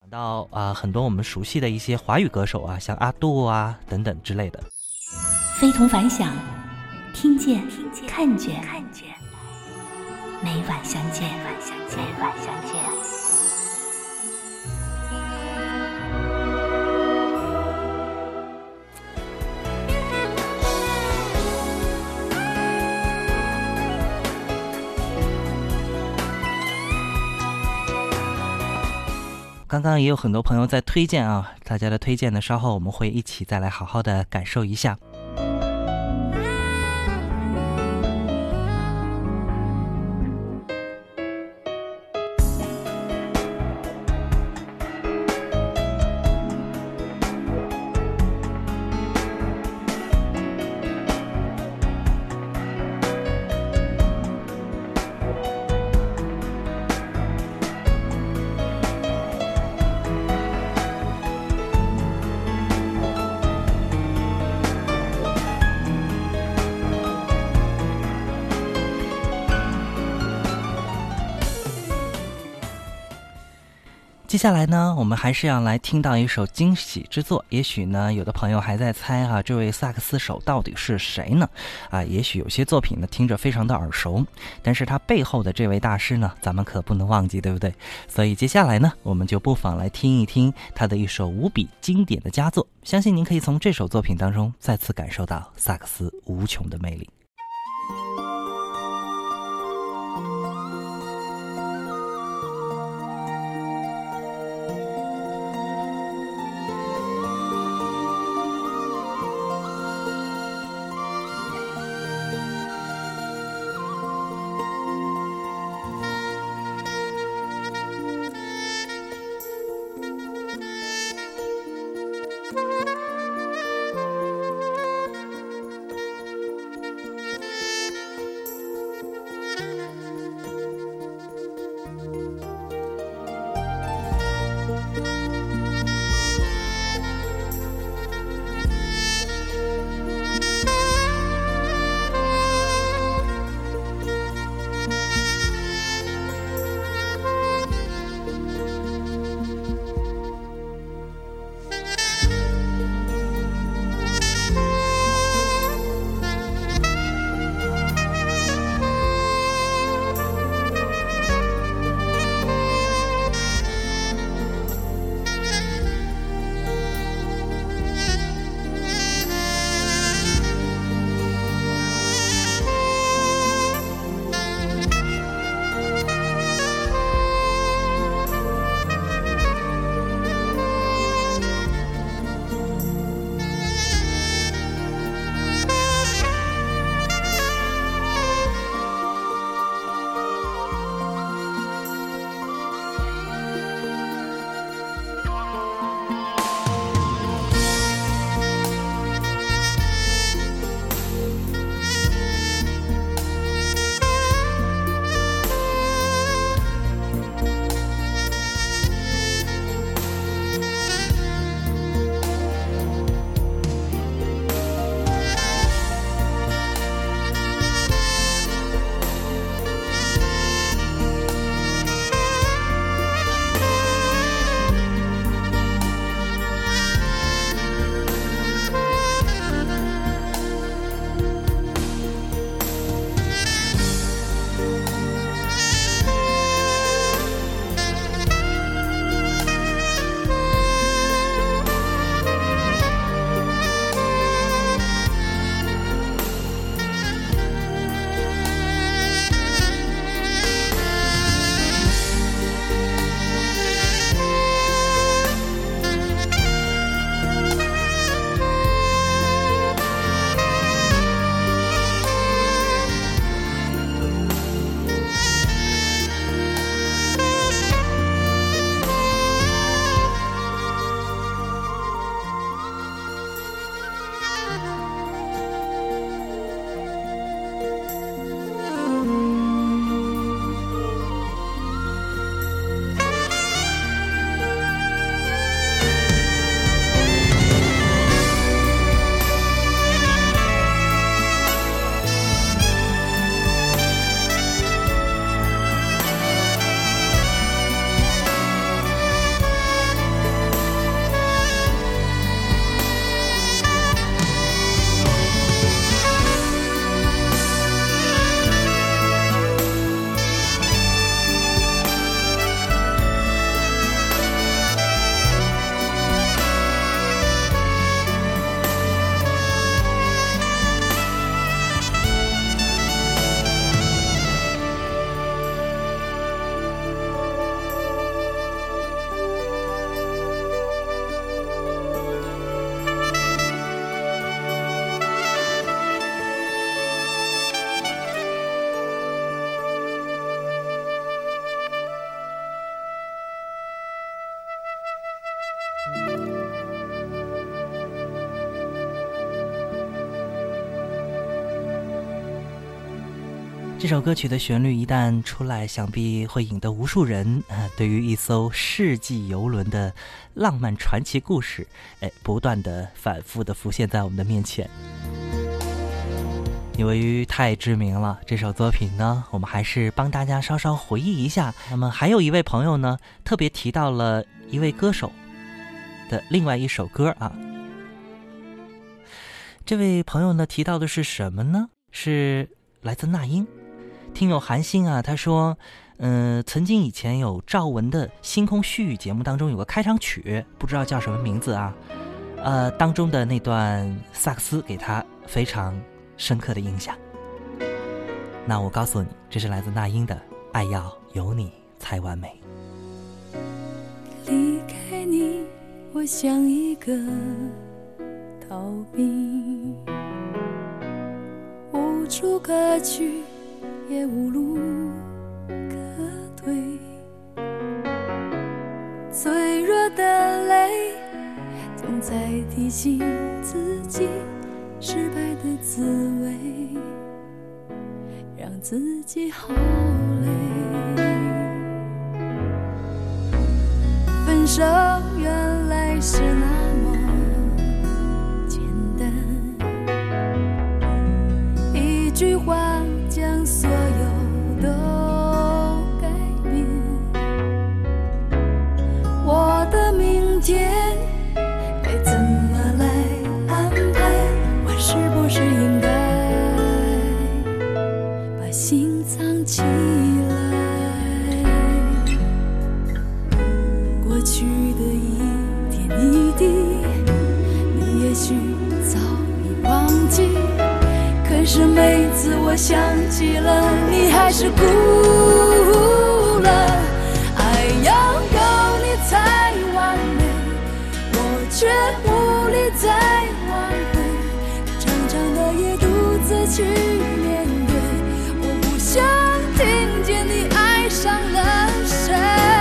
到很多我们熟悉的一些华语歌手啊，像阿杜啊等等之类的。 非同凡响，听见看见，每晚相见。 刚刚也有很多朋友在推荐啊，大家的推荐呢，稍后我们会一起再来好好的感受一下。接下来呢，我们还是要来听到一首惊喜之作。也许呢，有的朋友还在猜啊，这位萨克斯手到底是谁呢？也许有些作品呢听着非常的耳熟，但是他背后的这位大师呢，咱们可不能忘记，对不对？所以接下来呢，我们就不妨来听一听他的一首无比经典的佳作。相信您可以从这首作品当中再次感受到萨克斯无穷的魅力。 这首歌曲的旋律一旦出来，想必会引得无数人对于一艘世纪游轮的浪漫传奇故事，不断的反复的浮现在我们的面前。由于太知名了，这首作品呢，我们还是帮大家稍稍回忆一下。那么还有一位朋友呢，特别提到了一位歌手的另外一首歌啊。这位朋友呢提到的是什么呢？是来自那英。听友韩星啊，他说曾经以前有赵文的星空絮语节目当中有个开场曲，不知道叫什么名字啊，当中的那段萨克斯给他非常深刻的印象。那我告诉你，这是来自那英的《爱要有你才完美》。 离开你，我像一个逃兵，无处可去也无路可退，脆弱的泪总在提醒自己失败的滋味，让自己好累。分手原来是那么简单，一句话将所有都改变。我的明天该怎么来安排？我是不是应该把心藏起来？过去的一点一滴，你也许早已忘记，可是每次我想起了，你还是哭了。爱要有你才完美，我却无力再挽回，长长的夜独自去面对，我不想听见你爱上了谁。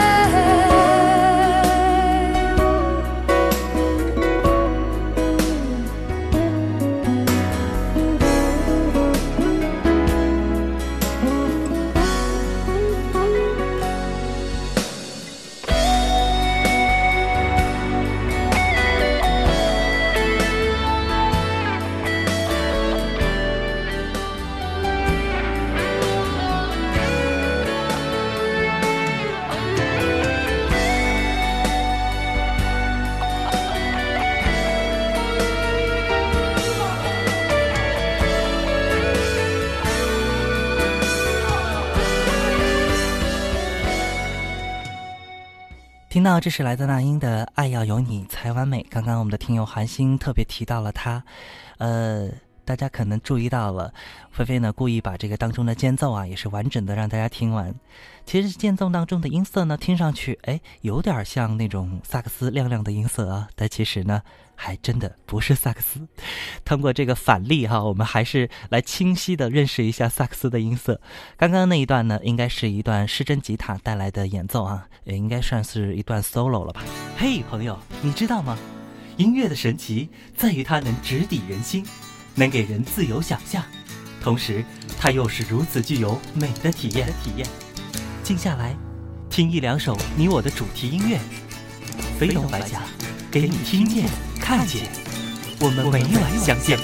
听到这是来自那英的《爱要有你才完美》。刚刚我们的听友韩星特别提到了他，大家可能注意到了，菲菲呢故意把这个当中的间奏啊也是完整的让大家听完。其实间奏当中的音色呢，听上去有点像那种萨克斯亮亮的音色啊，但其实呢还真的不是萨克斯。通过这个反例哈，我们还是来清晰的认识一下萨克斯的音色。刚刚那一段呢，应该是一段失真吉他带来的演奏啊，也应该算是一段 solo 了吧。嘿，朋友，你知道吗？音乐的神奇在于它能直抵人心，能给人自由想象，同时它又是如此具有美的体验。静下来，听一两首你我的主题音乐，非同凡响，给你听见看见，我们每晚相见。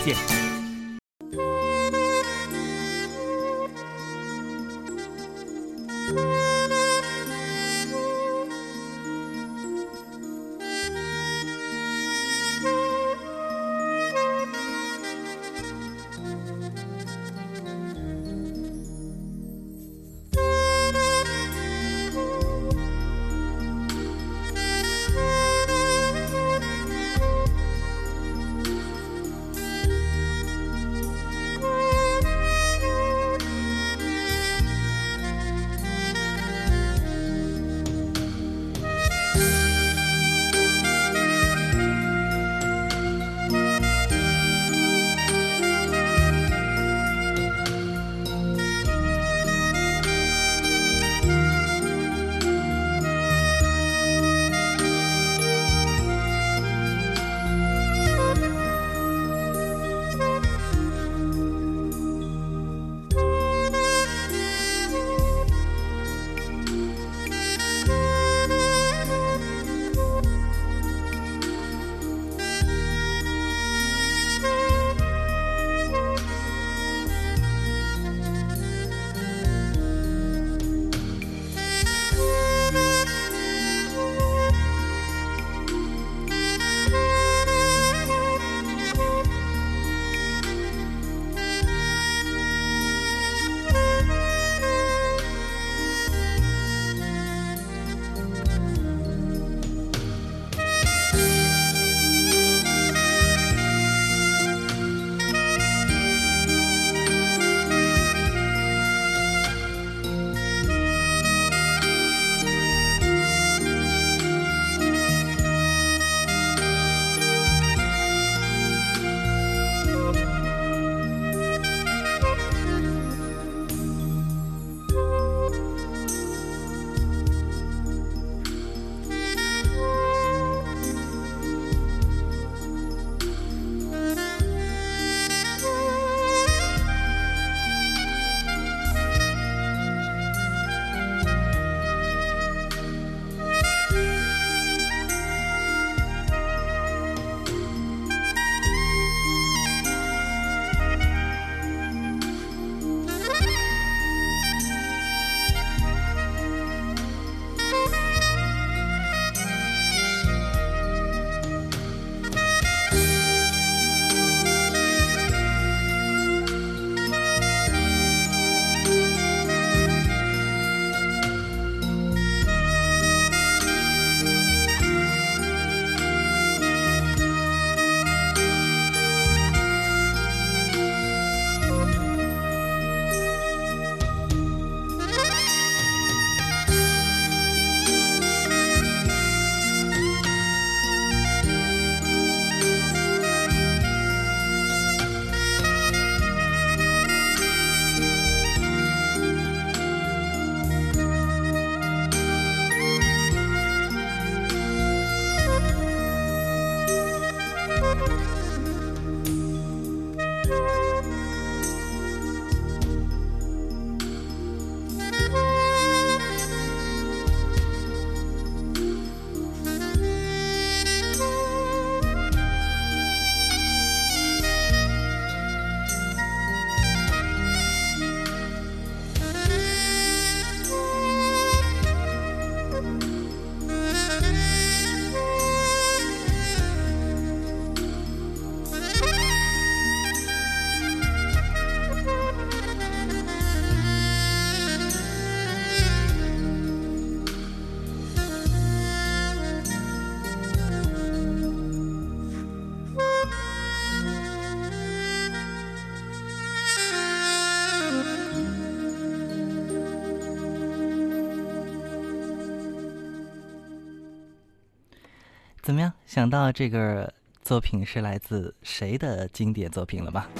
怎么样？想到这个作品是来自谁的经典作品了吗？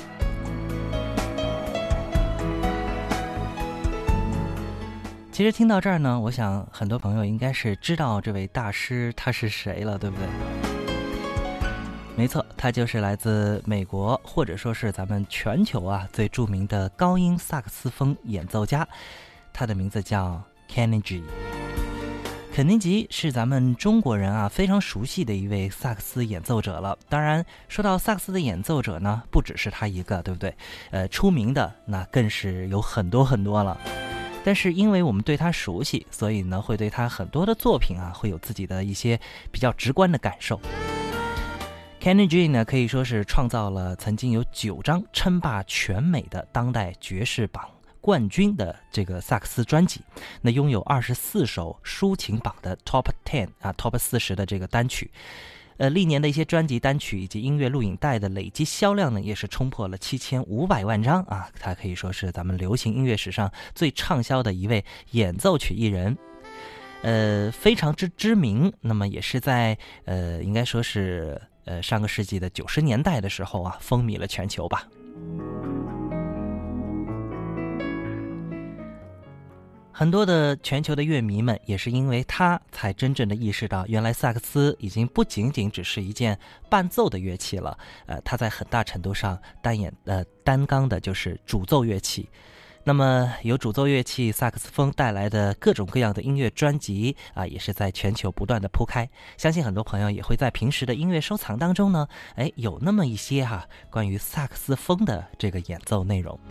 其实听到这儿呢，我想很多朋友应该是知道这位大师他是谁了，对不对？没错，他就是来自美国，或者说是咱们全球最著名的高音萨克斯风演奏家，他的名字叫 Kenny G。肯尼吉是咱们中国人非常熟悉的一位萨克斯演奏者了。当然，说到萨克斯的演奏者呢，不只是他一个，对不对？出名的那更是有很多很多了。但是因为我们对他熟悉，所以呢，会对他很多的作品会有自己的一些比较直观的感受。Kenny G 呢，可以说是创造了曾经有9张称霸全美的当代爵士榜冠军的这个萨克斯专辑，那拥有24首抒情榜的 Top 10 Top 40的这个单曲。历年的一些专辑单曲以及音乐录影带的累计销量呢，也是冲破了7500万张他可以说是咱们流行音乐史上最畅销的一位演奏曲艺人。非常之知名，那么也是在应该说是上个世纪的90年代的时候风靡了全球吧。很多的全球的乐迷们也是因为他才真正的意识到，原来萨克斯已经不仅仅只是一件伴奏的乐器了，他在很大程度上担纲的就是主奏乐器。那么由主奏乐器萨克斯风带来的各种各样的音乐专辑也是在全球不断的铺开。相信很多朋友也会在平时的音乐收藏当中呢，有那么一些关于萨克斯风的这个演奏内容。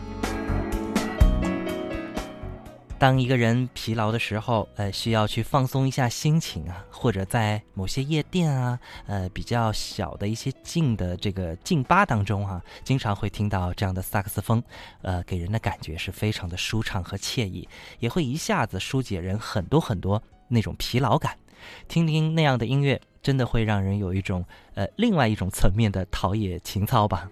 当一个人疲劳的时候，需要去放松一下心情或者在某些夜店比较小的一些静的这个静吧当中经常会听到这样的萨克斯风，给人的感觉是非常的舒畅和惬意，也会一下子疏解人很多很多那种疲劳感。听听那样的音乐，真的会让人有一种另外一种层面的陶冶情操吧。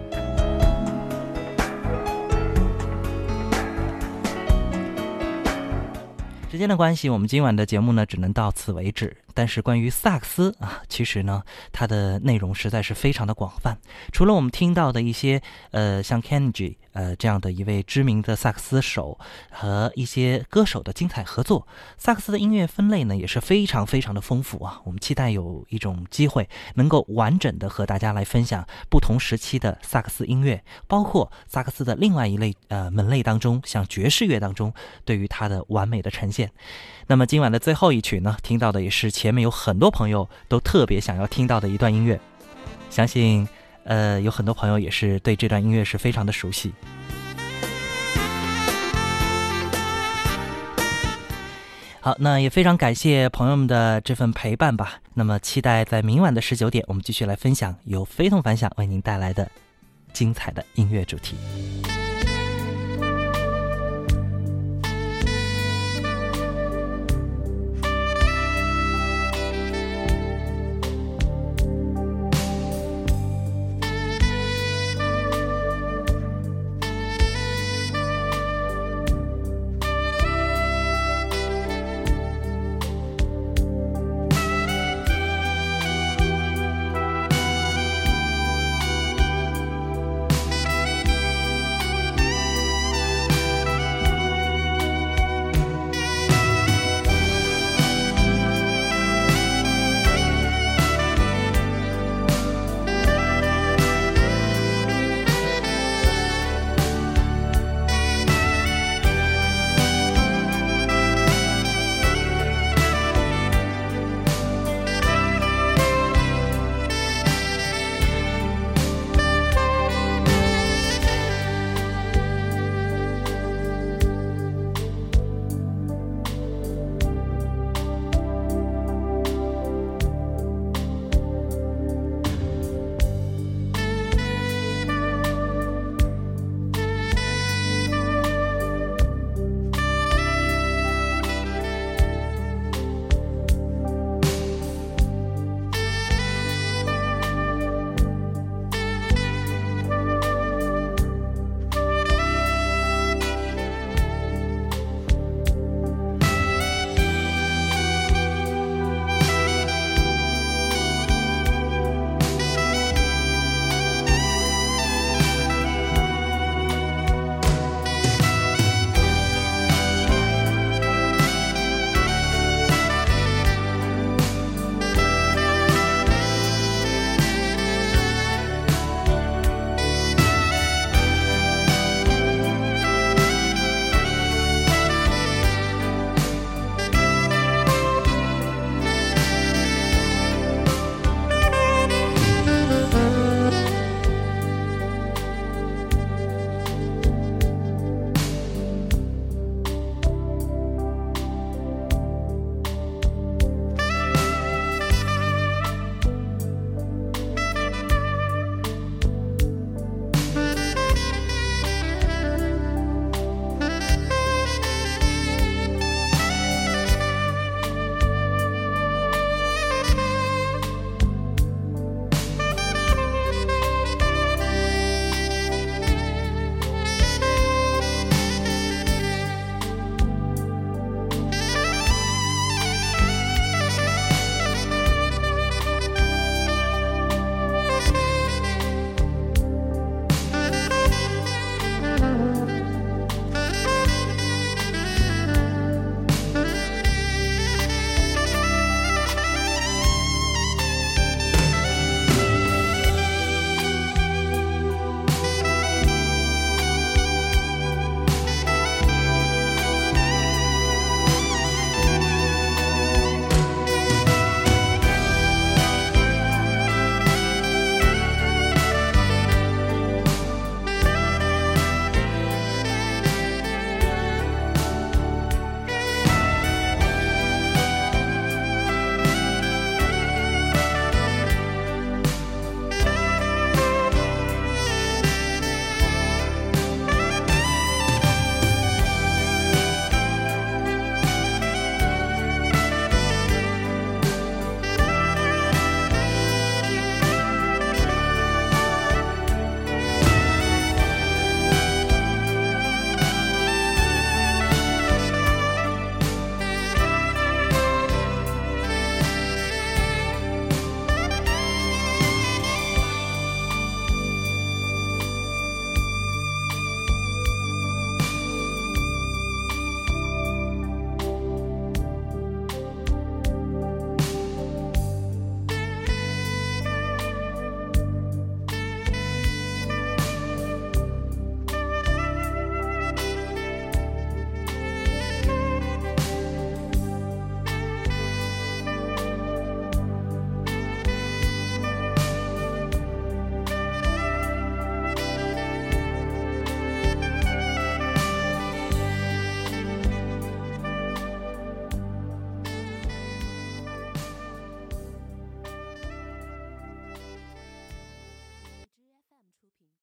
时间的关系，我们今晚的节目呢只能到此为止。但是关于萨克斯其实呢它的内容实在是非常的广泛。除了我们听到的一些像 Kenny G 这样的一位知名的萨克斯手和一些歌手的精彩合作，萨克斯的音乐分类呢也是非常非常的丰富我们期待有一种机会能够完整的和大家来分享不同时期的萨克斯音乐，包括萨克斯的另外一类门类当中，像爵士乐当中对于它的完美的呈现。那么今晚的最后一曲呢，听到的也是前面有很多朋友都特别想要听到的一段音乐，相信有很多朋友也是对这段音乐是非常的熟悉。好，那也非常感谢朋友们的这份陪伴吧。那么期待在明晚的19点，我们继续来分享由非同凡响为您带来的精彩的音乐主题。